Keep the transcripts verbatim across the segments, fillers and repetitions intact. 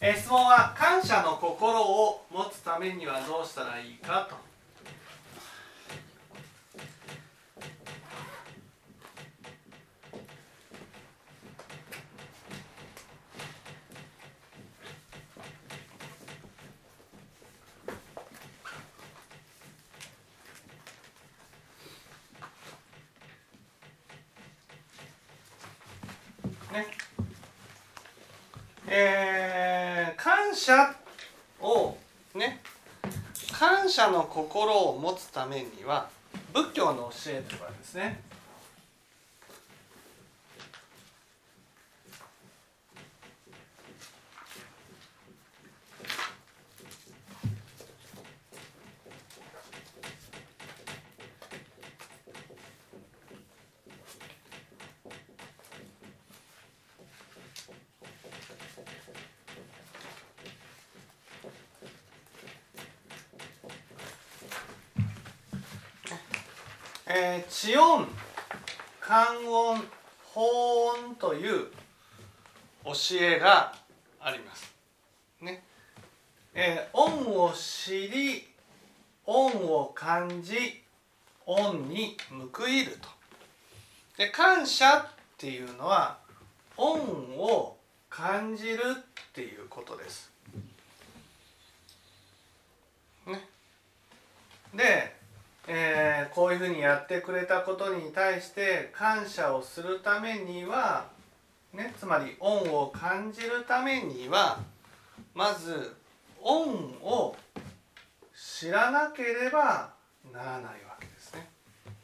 えー、質問は感謝の心を持つためにはどうしたらいいかと。ねえー、感謝をね感謝の心を持つためには仏教の教えとかですね、えー、知音、観音、法音という教えがあります。ねえー、音を知り、音を感じ、音に報いると。で、感謝っていうのは音を感じるっていうことです。ね、でえー、こういうふうにやってくれたことに対して感謝をするためには、ね、つまり恩を感じるためにはまず恩を知らなければならないわけですね。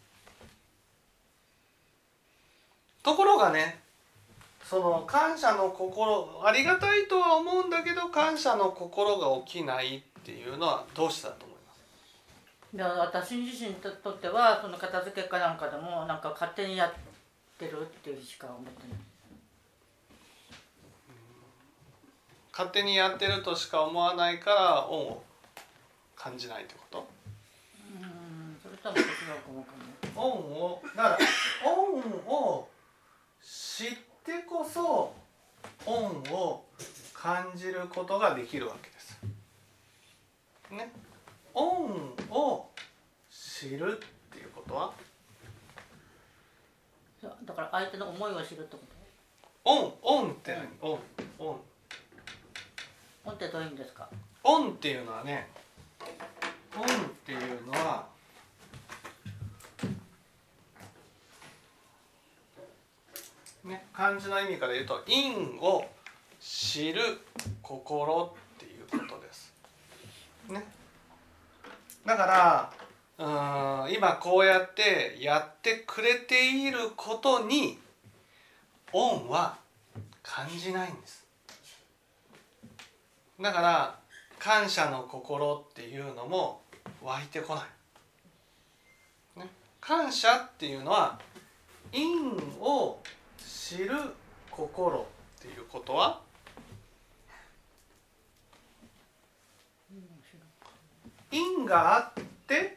ところがね、その感謝の心、ありがたいとは思うんだけど感謝の心が起きないっていうのはどうしてだと思います？ で私自身にとってはその片付けかなんかでもなんか勝手にやってるっていうしか思ってない。 勝手にやってるとしか思わないから恩を感じないってこと？ うん、それとは違うかもかも。恩をだから恩を知ってこそ恩を感じることができるわけです。ね。恩を知るっていうことはだから相手の思いを知るってこと？ 恩、恩って何？恩、恩。 恩ってどういう意味ですか？ 恩っていうのはね、恩っていうのはね、漢字の意味から言うと因を知る心っていうことです。ね。だからうん今こうやってやってくれていることに恩は感じないんです。だから感謝の心っていうのも湧いてこない、ね、感謝っていうのは因を知る心っていうことは因があって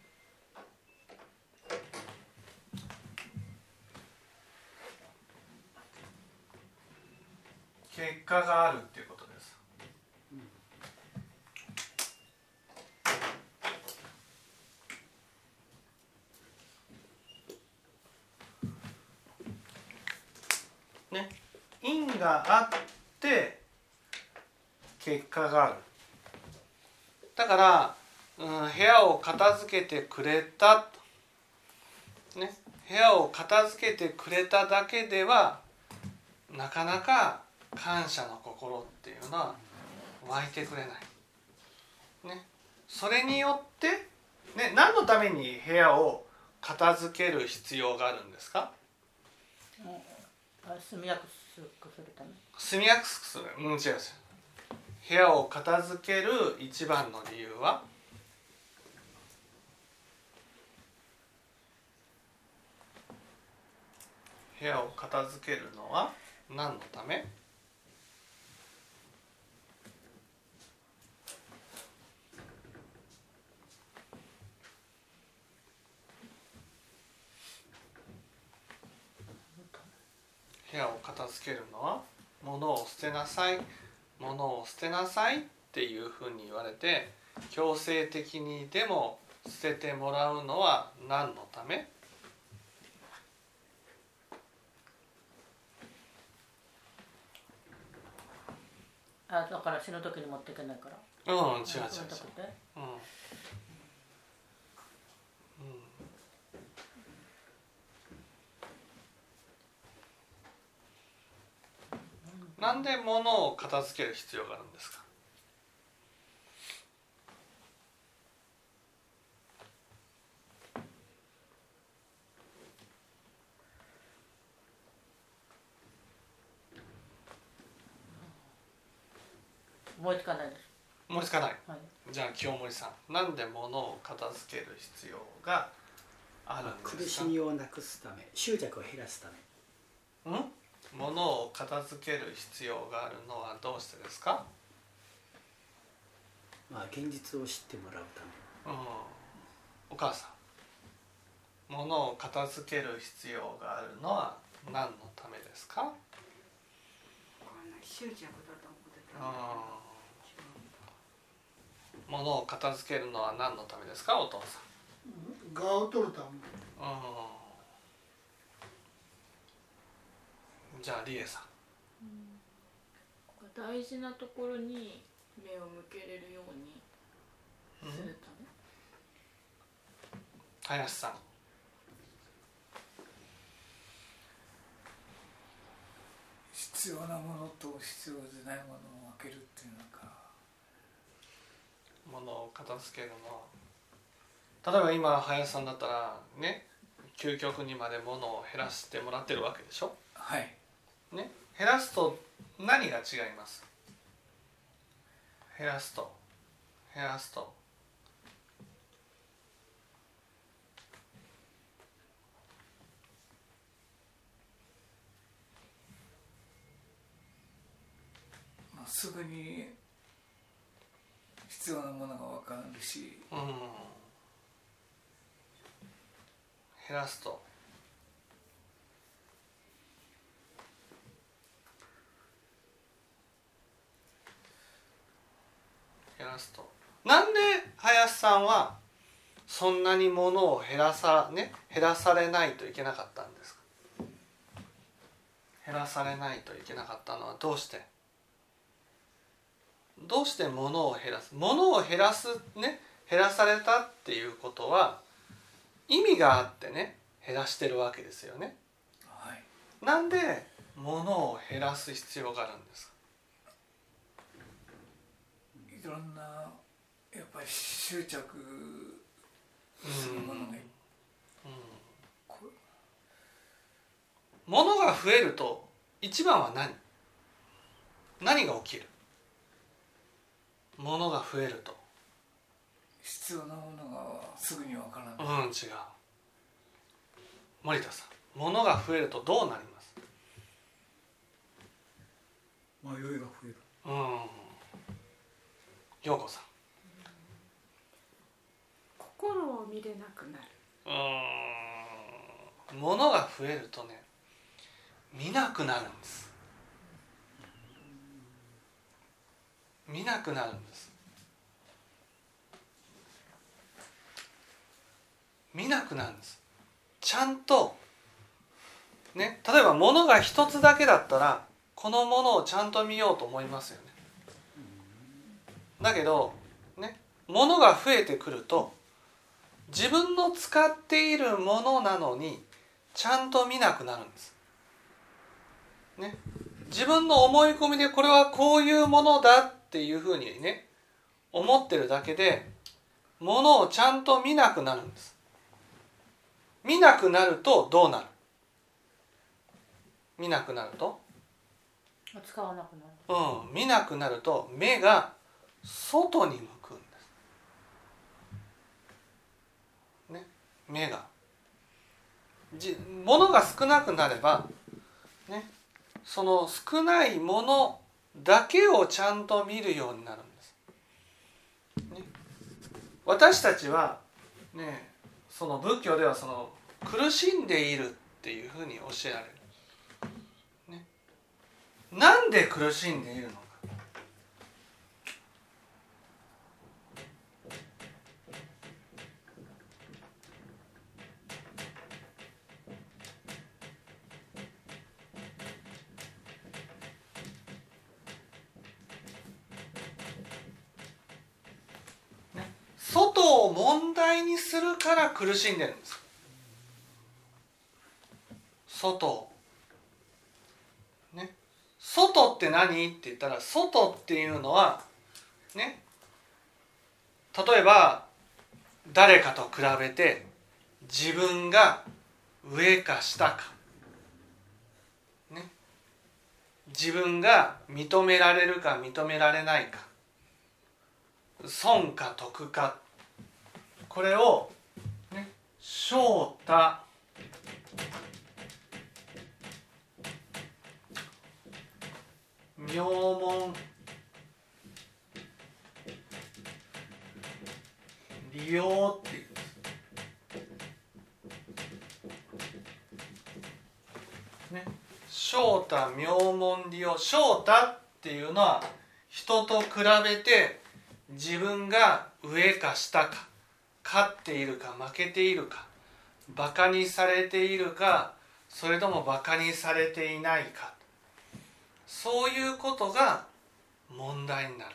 結果があるっていうことです。ね、因があって結果がある。だから、うん、部屋を片付けてくれた、ね、部屋を片付けてくれただけではなかなか感謝の心っていうのは湧いてくれない、ね、それによって、ね、何のために部屋を片付ける必要があるんですか？ うん、住みやすくするため。 住みやすくする、うん、違うです。部屋を片付ける一番の理由は部屋を片付けるのは何のため？部屋を片付けるのは物を捨てなさい、 物を捨てなさいっていうふうに言われて、強制的にでも捨ててもらうのは何のため？ あ、だから死ぬ時に持っていけないから。 うん、違う違う違う、うんうん、なんで物を片付ける必要があるんですか？ 思いつかないです。 思いつかない、 はい、 じゃあ清盛さん、なんで物を片付ける必要があるんですか？ 苦しみをなくすため、執着を減らすため。 ん？物を片付ける必要があるのはどうしてですか？ まあ現実を知ってもらうため。 うん、お母さん、物を片付ける必要があるのは何のためですか？ 執着だと思ってた。 物を片付けるのは何のためですか、お父さん？我を取るため。 うん、じゃあリエさん、 うん、大事なところに目を向けれるようにするため、うん、 林さん、 必要なものと必要でないものを分けるっていうのか。 物を片付けるのは、例えば今林さんだったらね、究極にまで物を減らしてもらってるわけでしょ。 はい。 ね、減らすと何が違います？減らすと減らすとまあ、すぐに必要なものが分かるし、 うん、減らすと減らすとなんで林さんはそんなに物を減らさね減らされないといけなかったんですか？減らされないといけなかったのはどうして？どうして物を減らす物を減らすね減らされたっていうことは意味があってね減らしてるわけですよね。 はい、 なんで物を減らす必要があるんですか？ いろんなやっぱり執着するものが、うんうん、 物が増えると一番は何何が起きる？物が増えると必要なものがすぐにわからない。うん、違う。森田さん、物が増えるとどうなります？ 迷いが増える。 うん。陽子さん、 心を見れなくなる。 うーん、物が増えるとね見なくなるんです。見なくなるんです。見なくなるんです。ちゃんとね、例えば物が一つだけだったらこのものをちゃんと見ようと思いますよね。だけどね、物が増えてくると自分の使っているものなのにちゃんと見なくなるんです。ね、自分の思い込みでこれはこういうものだっていうふうにね思ってるだけで物をちゃんと見なくなるんです。見なくなるとどうなる？見なくなると使わなくなる。 うん、見なくなると目が外に向くんです。ね、目がじ物が少なくなればね、その少ないものだけをちゃんと見るようになるんです。ね、私たちはね、その仏教ではその苦しんでいるっていうふうに教えられる。ね、なんで苦しんでいるのか。 外を問題にするから苦しんでるんです。外をね、外って何って言ったら、外っていうのはね、例えば誰かと比べて自分が上か下か、ね、自分が認められるか認められないか、損か得か、これを、ね、正太妙門利用っていうんですね。正太妙門利用、正太っていうのは人と比べて自分が上か下か、勝っているか負けているか、バカにされているか、それともバカにされていないか、そういうことが問題になる、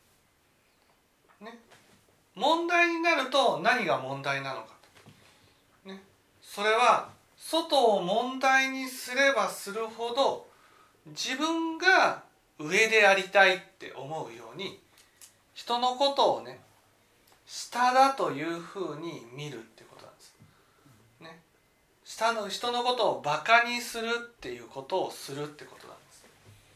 ね、問題になると何が問題なのかと、ね、それは外を問題にすればするほど自分が上でありたいって思うように、人のことをね、下だというふうに見るってことなんです、ね、下の人のことをバカにするっていうことをするってことなんです。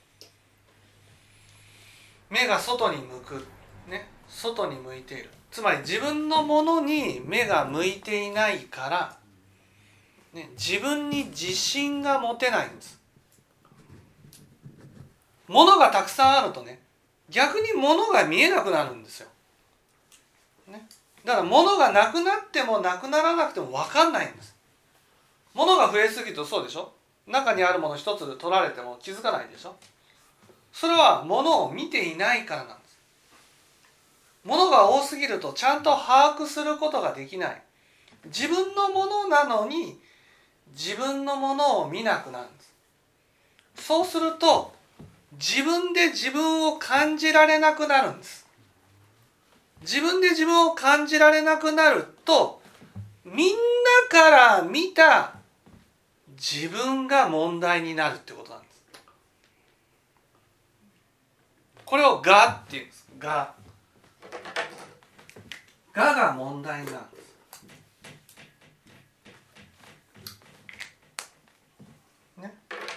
目が外に向く、ね、外に向いている、つまり自分のものに目が向いていないから、ね、自分に自信が持てないんです。ものがたくさんあるとね、逆にものが見えなくなるんですよ、ね、だからものがなくなってもなくならなくても分かんないんです。ものが増えすぎるとそうでしょ、中にあるもの一つ取られても気づかないでしょ。それはものを見ていないからなんです。ものが多すぎるとちゃんと把握することができない。自分のものなのに自分のものを見なくなるんです。そうすると自分で自分を感じられなくなるんです。自分で自分を感じられなくなると、みんなから見た自分が問題になるってことなんです。これを我っていうんです。我。我が問題になるんです。ね。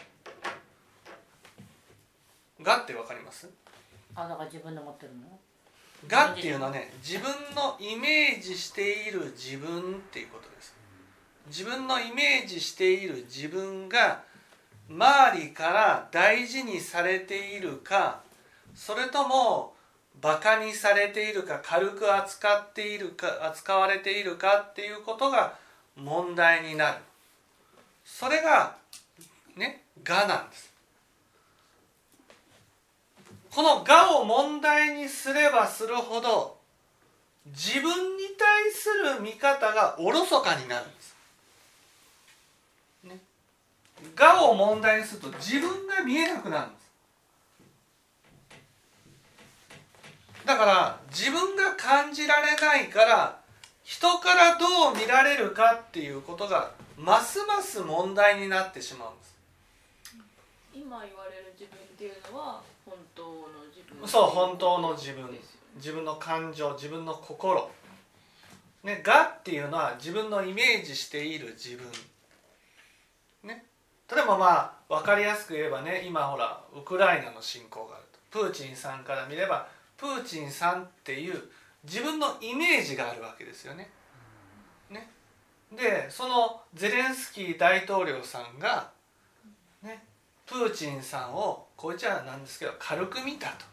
我ってわかります？ あ、だから自分で持ってるの？ 我っていうのはね、自分のイメージしている自分っていうことです。自分のイメージしている自分が周りから大事にされているか、それともバカにされているか、軽く扱っているか、扱われているかっていうことが問題になる。それがね、我なんです。この我を問題にすればするほど、自分に対する見方がおろそかになるんです、ね、我を問題にすると自分が見えなくなるんです。だから自分が感じられないから、人からどう見られるかっていうことがますます問題になってしまうんです。 今言われる自分っていうのは本当の自分。 そう、本当の自分、自分の感情、自分の心、ね、我っていうのは自分のイメージしている自分、ね、例えばまあ分かりやすく言えばね、今ほらウクライナの侵攻があると、プーチンさんから見ればプーチンさんっていう自分のイメージがあるわけですよね。ね、でそのゼレンスキー大統領さんがね、プーチンさんをこいつはなんですけど軽く見たと。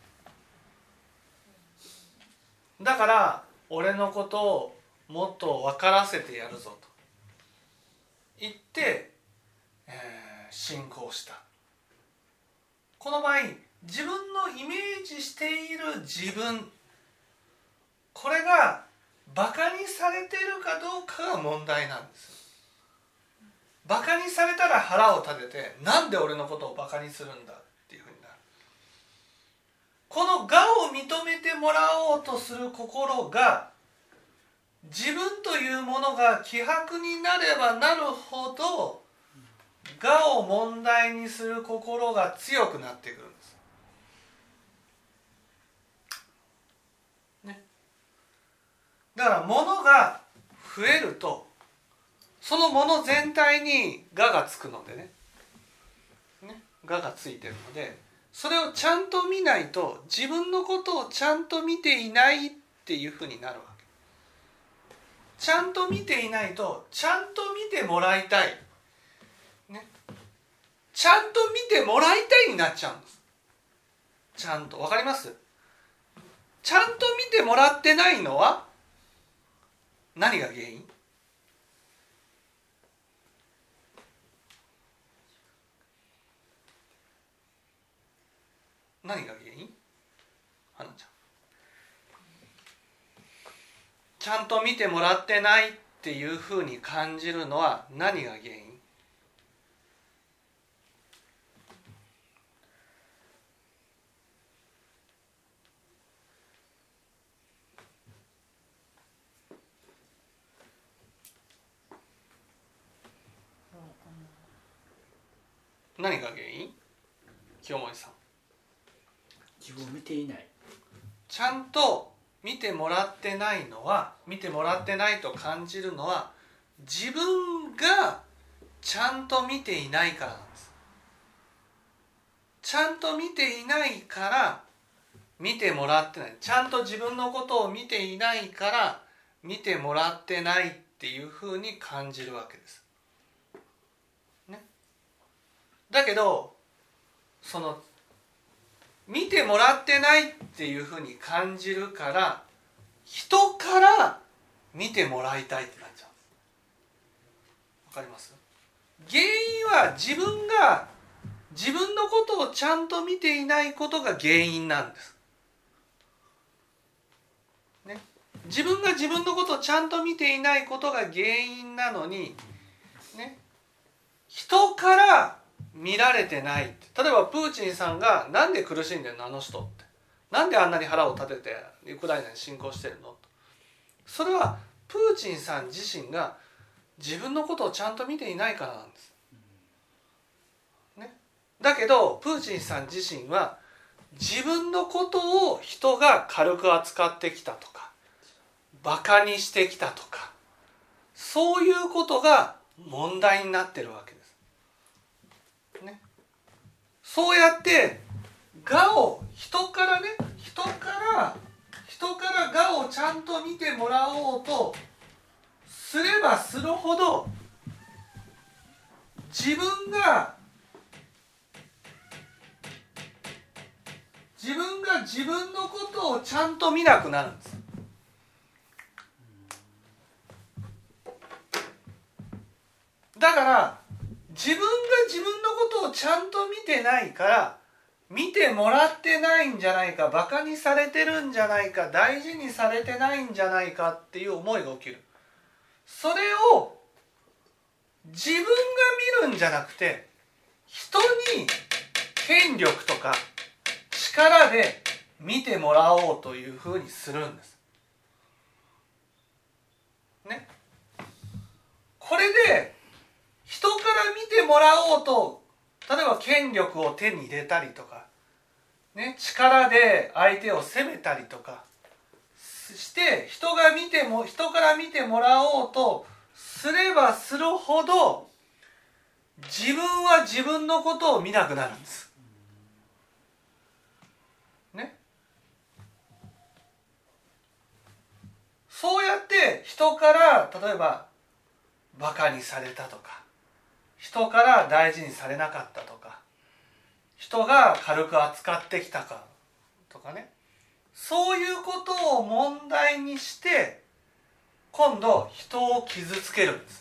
だから俺のことをもっと分からせてやるぞと言って、えー、侵攻した。この場合自分のイメージしている自分、これがバカにされているかどうかが問題なんです。バカにされたら腹を立てて、なんで俺のことをバカにするんだっていうふうになる。この我を認めてもらおうとする心が自分というものが希薄になればなるほど我を問題にする心が強くなってくるんです、ね、だから物が増えるとその物全体に我がつくのでね、ね我がついてるので、それをちゃんと見ないと自分のことをちゃんと見ていないっていうふうになるわけ。ちゃんと見ていないとちゃんと見てもらいたい、ね、ちゃんと見てもらいたいになっちゃうんです。ちゃんとわかります？ちゃんと見てもらってないのは何が原因？何が原因？はなちゃん。ちゃんと見てもらってないっていうふうに感じるのは何が原因？何が原因？清盛さん。 自分を見ていない。 ちゃんと見てもらってないのは、見てもらってないと感じるのは自分がちゃんと見ていないからなんです。ちゃんと見ていないから見てもらってない。ちゃんと自分のことを見ていないから見てもらってないっていうふうに感じるわけです、ね、だけどその見てもらってないっていうふうに感じるから人から見てもらいたいってなっちゃうんです。わかります？原因は自分が自分のことをちゃんと見ていないことが原因なんです、ね、自分が自分のことをちゃんと見ていないことが原因なのに、ね、人から見られてない。例えばプーチンさんがなんで苦しんでるのあの人って、なんであんなに腹を立ててウクライナに侵攻してるのと、それはプーチンさん自身が自分のことをちゃんと見ていないからなんです、ね、だけどプーチンさん自身は自分のことを人が軽く扱ってきたとかバカにしてきたとか、そういうことが問題になってるわけです、ね、そうやって我を人からね人から人から我をちゃんと見てもらおうとすればするほど自分が自分が自分のことをちゃんと見なくなるんです。だから自分が自分のことをちゃんと見てないから見てもらってないんじゃないか、バカにされてるんじゃないか、大事にされてないんじゃないかっていう思いが起きる。それを自分が見るんじゃなくて人に権力とか力で見てもらおうというふうにするんです、ね、これで人から見てもらおうと例えば権力を手に入れたりとか、ね、力で相手を責めたりとかして人が見ても人から見てもらおうとすればするほど自分は自分のことを見なくなるんです、ね、そうやって人から例えばバカにされたとか人から大事にされなかったとか人が軽く扱ってきたかとかね、そういうことを問題にして今度人を傷つけるんです。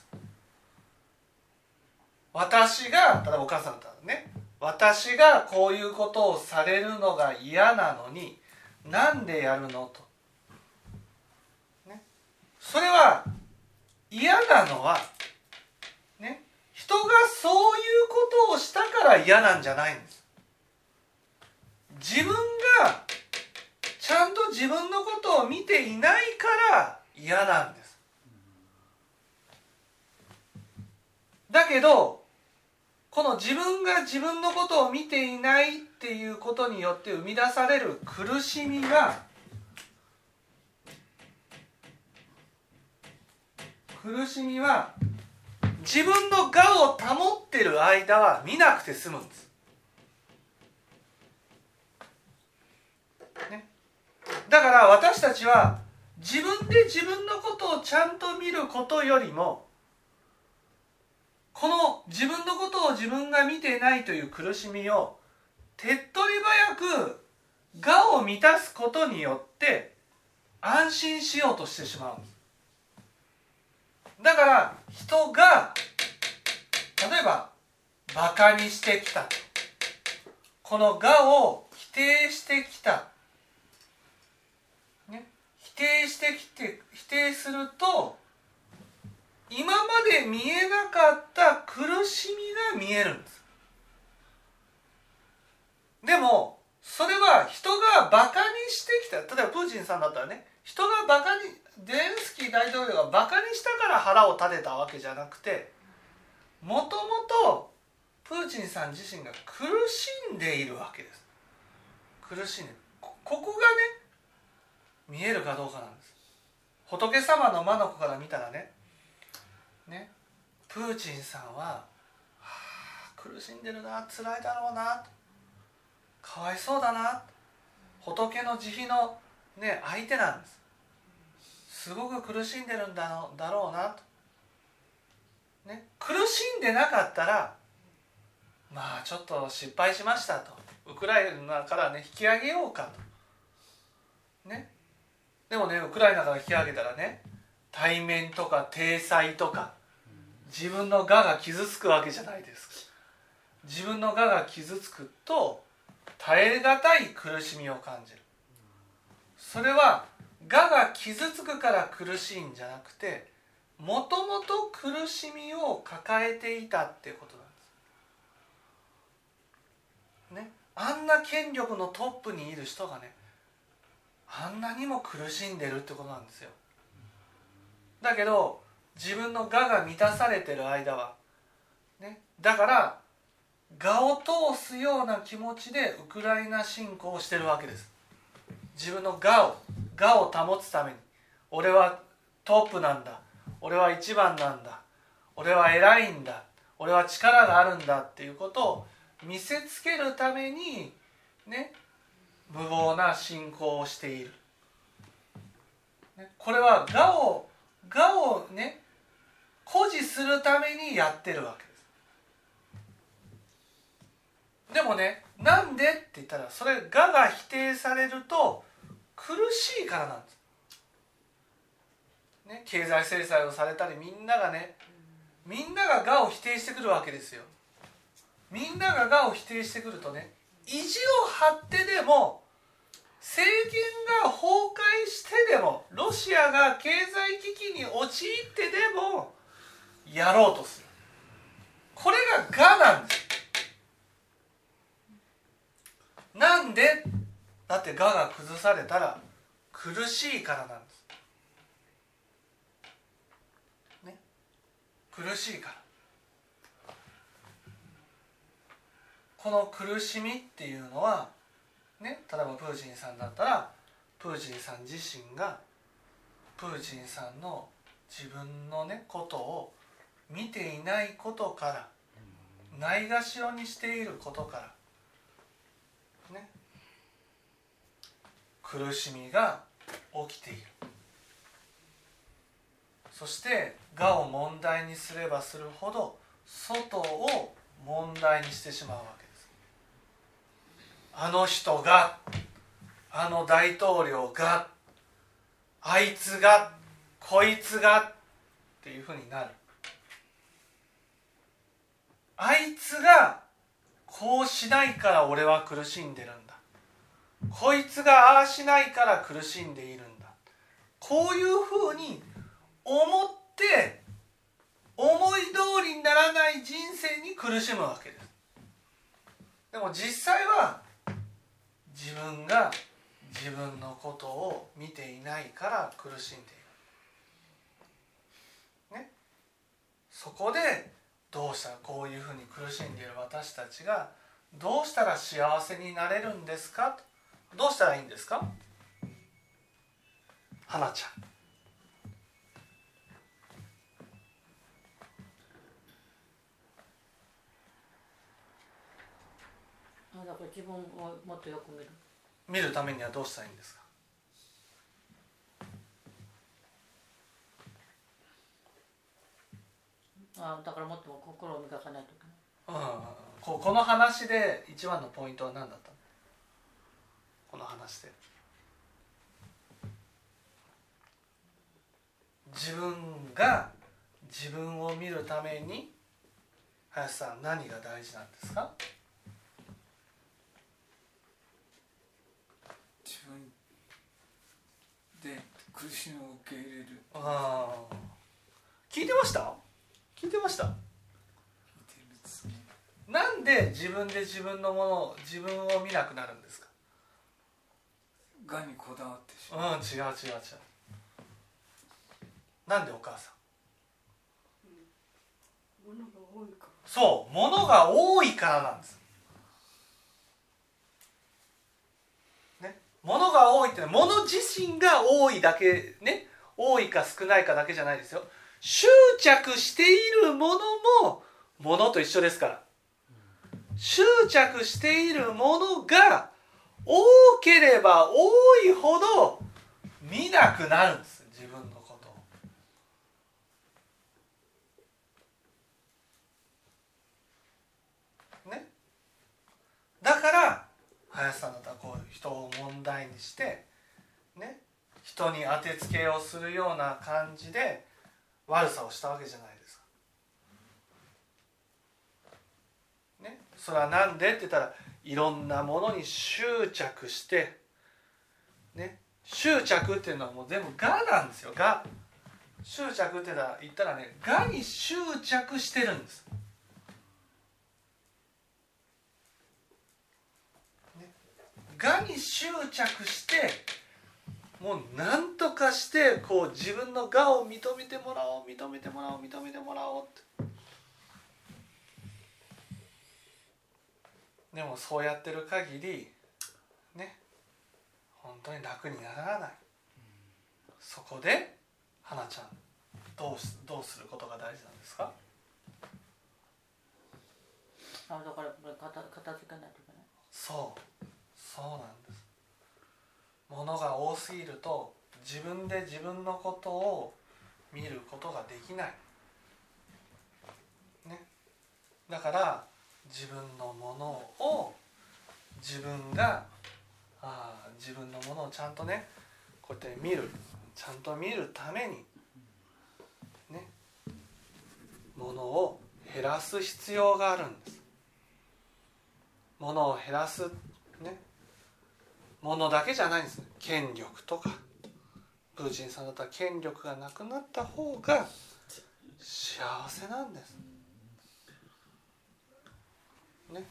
私が例えばお母さんだったらね、私がこういうことをされるのが嫌なのになんでやるのと、ね、それは嫌なのはね人がそういうことをしたから嫌なんじゃないんです。自分がちゃんと自分のことを見ていないから嫌なんです。 だけどこの自分が自分のことを見ていないっていうことによって生み出される苦しみが苦しみは自分の我を保ってる間は見なくて済むんです、ね、だから私たちは自分で自分のことをちゃんと見ることよりもこの自分のことを自分が見ていないという苦しみを手っ取り早く我を満たすことによって安心しようとしてしまうんです。だから人が例えばバカにしてきた、この我を否定してきた、ね、否定してきて否定すると今まで見えなかった苦しみが見えるんです。でもそれは人がバカにしてきた、例えばプーチンさんだったらね、人がバカにゼレンスキー大統領がバカにしたから腹を立てたわけじゃなくて、もともとプーチンさん自身が苦しんでいるわけです。苦しんでいる、ここがね見えるかどうかなんです。仏様の眼から見たらねね、プーチンさんは、はあ、苦しんでるな、辛いだろうな、かわいそうだな、仏の慈悲の、ね、相手なんです。すごく苦しんでるんだろう、だろうなと、ね、苦しんでなかったらまあちょっと失敗しましたと、ウクライナからね引き上げようかと、ね、でもねウクライナから引き上げたらね対面とか体裁とか自分の我が傷つくわけじゃないですか。自分の我が傷つくと耐え難い苦しみを感じる。それは我が傷つくから苦しいんじゃなくて、もともと苦しみを抱えていたっていうことなんです、ね、あんな権力のトップにいる人がねあんなにも苦しんでるってことなんですよ。だけど自分の我が満たされてる間は、ね、だから我を通すような気持ちでウクライナ侵攻をしてるわけです。自分の我を我を保つために、俺はトップなんだ、俺は一番なんだ、俺は偉いんだ、俺は力があるんだっていうことを見せつけるためにね無謀な侵攻をしている。これは我を我をね誇示するためにやってるわけです。でもね、なんでって言ったらそれ我が否定されると苦しいからなんです、ね、経済制裁をされたりみんながねみんなが我を否定してくるわけですよ。みんなが我を否定してくるとね意地を張ってでも政権が崩壊してでもロシアが経済危機に陥ってでもやろうとする。これが我なんです。なんで？だって我が崩されたら苦しいからなんです、ね、苦しいから。この苦しみっていうのはね、例えばプーチンさんだったらプーチンさん自身がプーチンさんの自分のねことを見ていないことからないがしろにしていることからね苦しみが起きている。そして我を問題にすればするほど外を問題にしてしまうわけです。あの人が、あの大統領が、あいつが、こいつがっていうふうになる。あいつがこうしないから俺は苦しんでるんだ、こいつがああしないから苦しんでいるんだ、こういうふうに思って思い通りにならない人生に苦しむわけです。でも実際は自分が自分のことを見ていないから苦しんでいる、ね、そこでどうしたらこういうふうに苦しんでいる私たちがどうしたら幸せになれるんですか、どうしたらいいんですか。花ちゃん。 あ、だから自分をもっとよく見る。 見るためにはどうしたらいいんですか。 あ、だからもっと心を磨かないといけない。 うん、ここの話で一番のポイントは何だったの。この話で自分が自分を見るために林さん何が大事なんですか。 自分で苦しみを受け入れる。 ああ、聞いてました聞いてました。なんで自分で自分のものを自分を見なくなるんですか。 がにこだわってしうん、 まう。 違う違う違う。なんでお母さん。 物が多いから。 そう、物が多いからなんです。ね、物が多いって物自身が多いだけね、多いか少ないかだけじゃないですよ。執着しているものも物と一緒ですから。執着しているものが多ければ多いほど見なくなるんです、自分のことをね。だから林さんだったらこう人を問題にしてね、人に当てつけをするような感じで悪さをしたわけじゃないですか。ね、それはなんでって言ったらいろんなものに執着して、ね、執着っていうのはもう全部我なんですよ。我。執着って言ったらね、我に執着してるんです、ね、我に執着してもう何とかしてこう自分の我を認めてもらおう認めてもらおう認めてもらおうって。でもそうやってる限りね、本当に楽にならない。そこで花ちゃんどうす、どうすることが大事なんですか。 あ、だからこれ片片付けないといけない。 そうそうなんです。物が多すぎると自分で自分のことを見ることができない、ね、だから自分のものを自分があ自分のものをちゃんとねこうやって見る、ちゃんと見るためにね、ものを減らす必要があるんです。ものを減らすね、ものだけじゃないんです。権力とかプーチンさんだったら権力がなくなった方が幸せなんですね。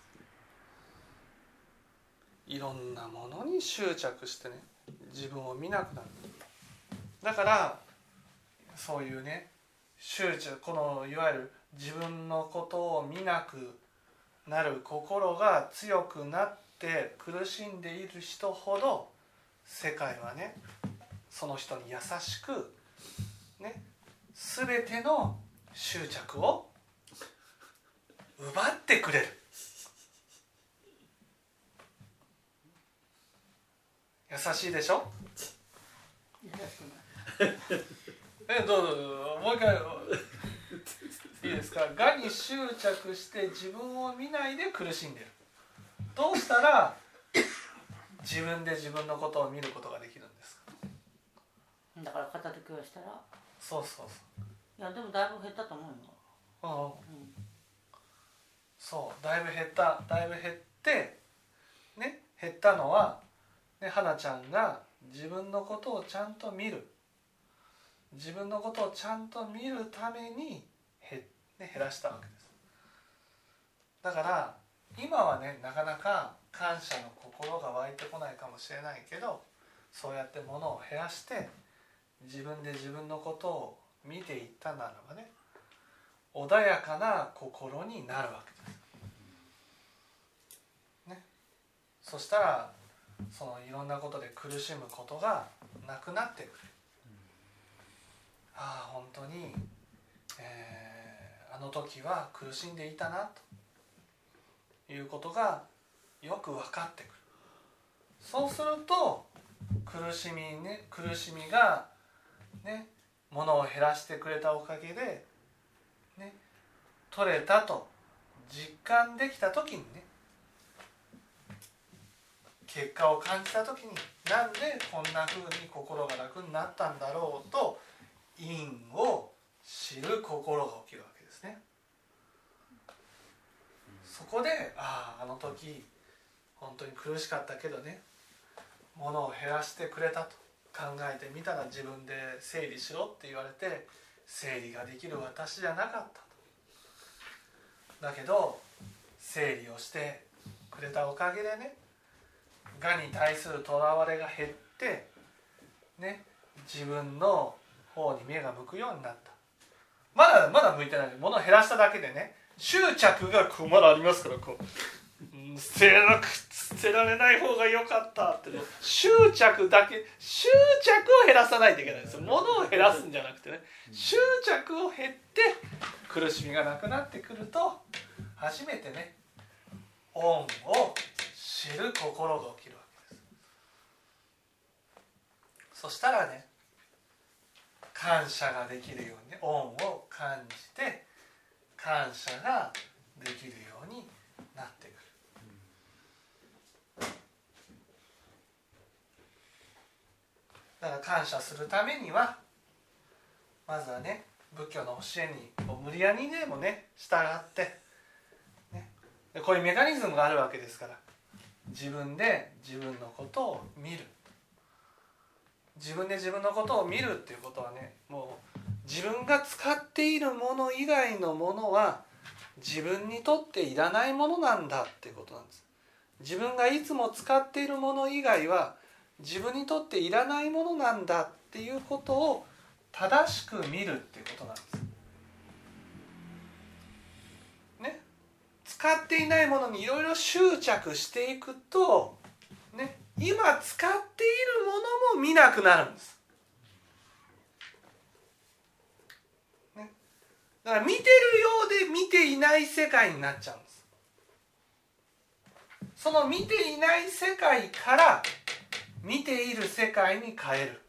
いろんなものに執着してね自分を見なくなる。だからそういうね執着、このいわゆる自分のことを見なくなる心が強くなって苦しんでいる人ほど世界はねその人に優しくね全ての執着を奪ってくれる。優しいでしょ。え、どうぞどうぞ、もう一回いいですか。我に執着して自分を見ないで苦しんでる。どうしたら自分で自分のことを見ることができるんですか。 だから片付けをしたら。 そうそうそう。 いやでもだいぶ減ったと思うよ。 ああ、 うん、 そうだいぶ減っただいぶ減ってね、減ったのはね、花ちゃんが自分のことをちゃんと見る、自分のことをちゃんと見るために減、ね、減らしたわけです。だから今はねなかなか感謝の心が湧いてこないかもしれないけど、そうやって物を減らして自分で自分のことを見ていったならばね、 穏やかな心になるわけです、ね、そしたらそのいろんなことで苦しむことがなくなってくる。ああ本当に、えー、あの時は苦しんでいたなということがよく分かってくる。そうすると苦しみね苦しみがねものを減らしてくれたおかげでね取れたと実感できた時にね結果を感じた時になんでこんな風に心が楽になったんだろうと因を知る心が起きるわけですね。そこであああの時本当に苦しかったけどね物を減らしてくれたと考えてみたら自分で整理しろって言われて整理ができる私じゃなかったと。だけど整理をしてくれたおかげでね我に対するとらわれが減ってね自分の方に目が向くようになった。まだまだ向いてない。物を減らしただけでね執着がこうまだありますからこう捨てなく捨てられない方が良かったって、ね、執着だけ執着を減らさないといけないんですよ。物を減らすんじゃなくてね執着を減って苦しみがなくなってくると初めてね恩を知る心が起きるわけです。そしたらね感謝ができるようにね恩を感じて感謝ができるようになってくる。だから感謝するためにはまずはね仏教の教えにもう無理やりでもね従って、ね、でこういうメカニズムがあるわけですから自分で自分のことを見る自分で自分のことを見るっていうことはねもう自分が使っているもの以外のものは自分にとっていらないものなんだっていうことなんです。自分がいつも使っているもの以外は自分にとっていらないものなんだっていうことを正しく見るっていうことなんです。ね、使っていないものにいろいろ執着していくと、ね、今使っているものも見なくなるんです。ね、だから見てるようで見ていない世界になっちゃうんです。その見ていない世界から見ている世界に変える。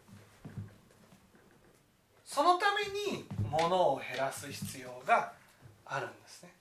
そのために物を減らす必要があるんですね。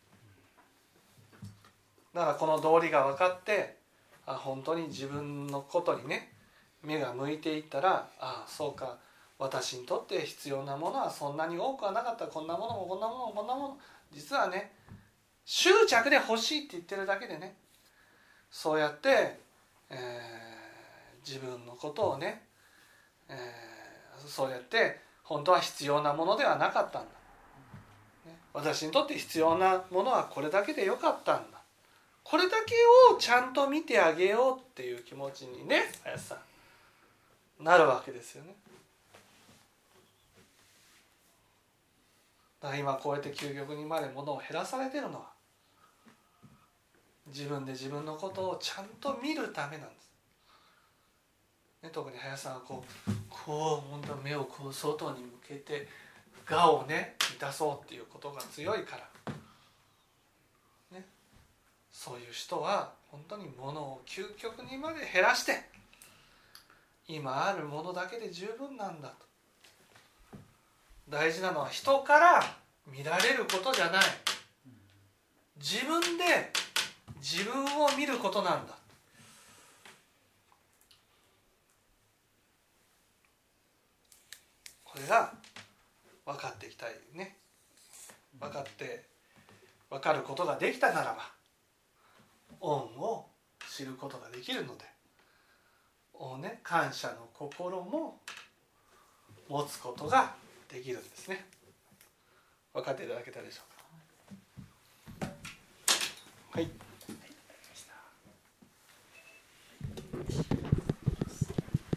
だからこの道理が分かってあ本当に自分のことにね目が向いていったらあそうか私にとって必要なものはそんなに多くはなかった。こんなものもこんなものもこんなもの実はね執着で欲しいって言ってるだけでねそうやって、えー、自分のことをね、えー、そうやって本当は必要なものではなかったんだ、ね、私にとって必要なものはこれだけでよかったんだ。これだけをちゃんと見てあげようっていう気持ちにね林さんなるわけですよね。だから今こうやって究極にまで物を減らされてるのは自分で自分のことをちゃんと見るためなんです、ね、特に林さんはこうこう本当目をこう外に向けて我をね満たそうっていうことが強いから、ね、そういう人は本当に物を究極にまで減らして今あるものだけで十分なんだと。大事なのは人から見られることじゃない。自分で自分を見ることなんだ。これが分かっていきたいね。分かって分かることができたならば恩を知ることができるので、をね感謝の心も持つことができるんですね。分かっていただけたでしょうか。はい。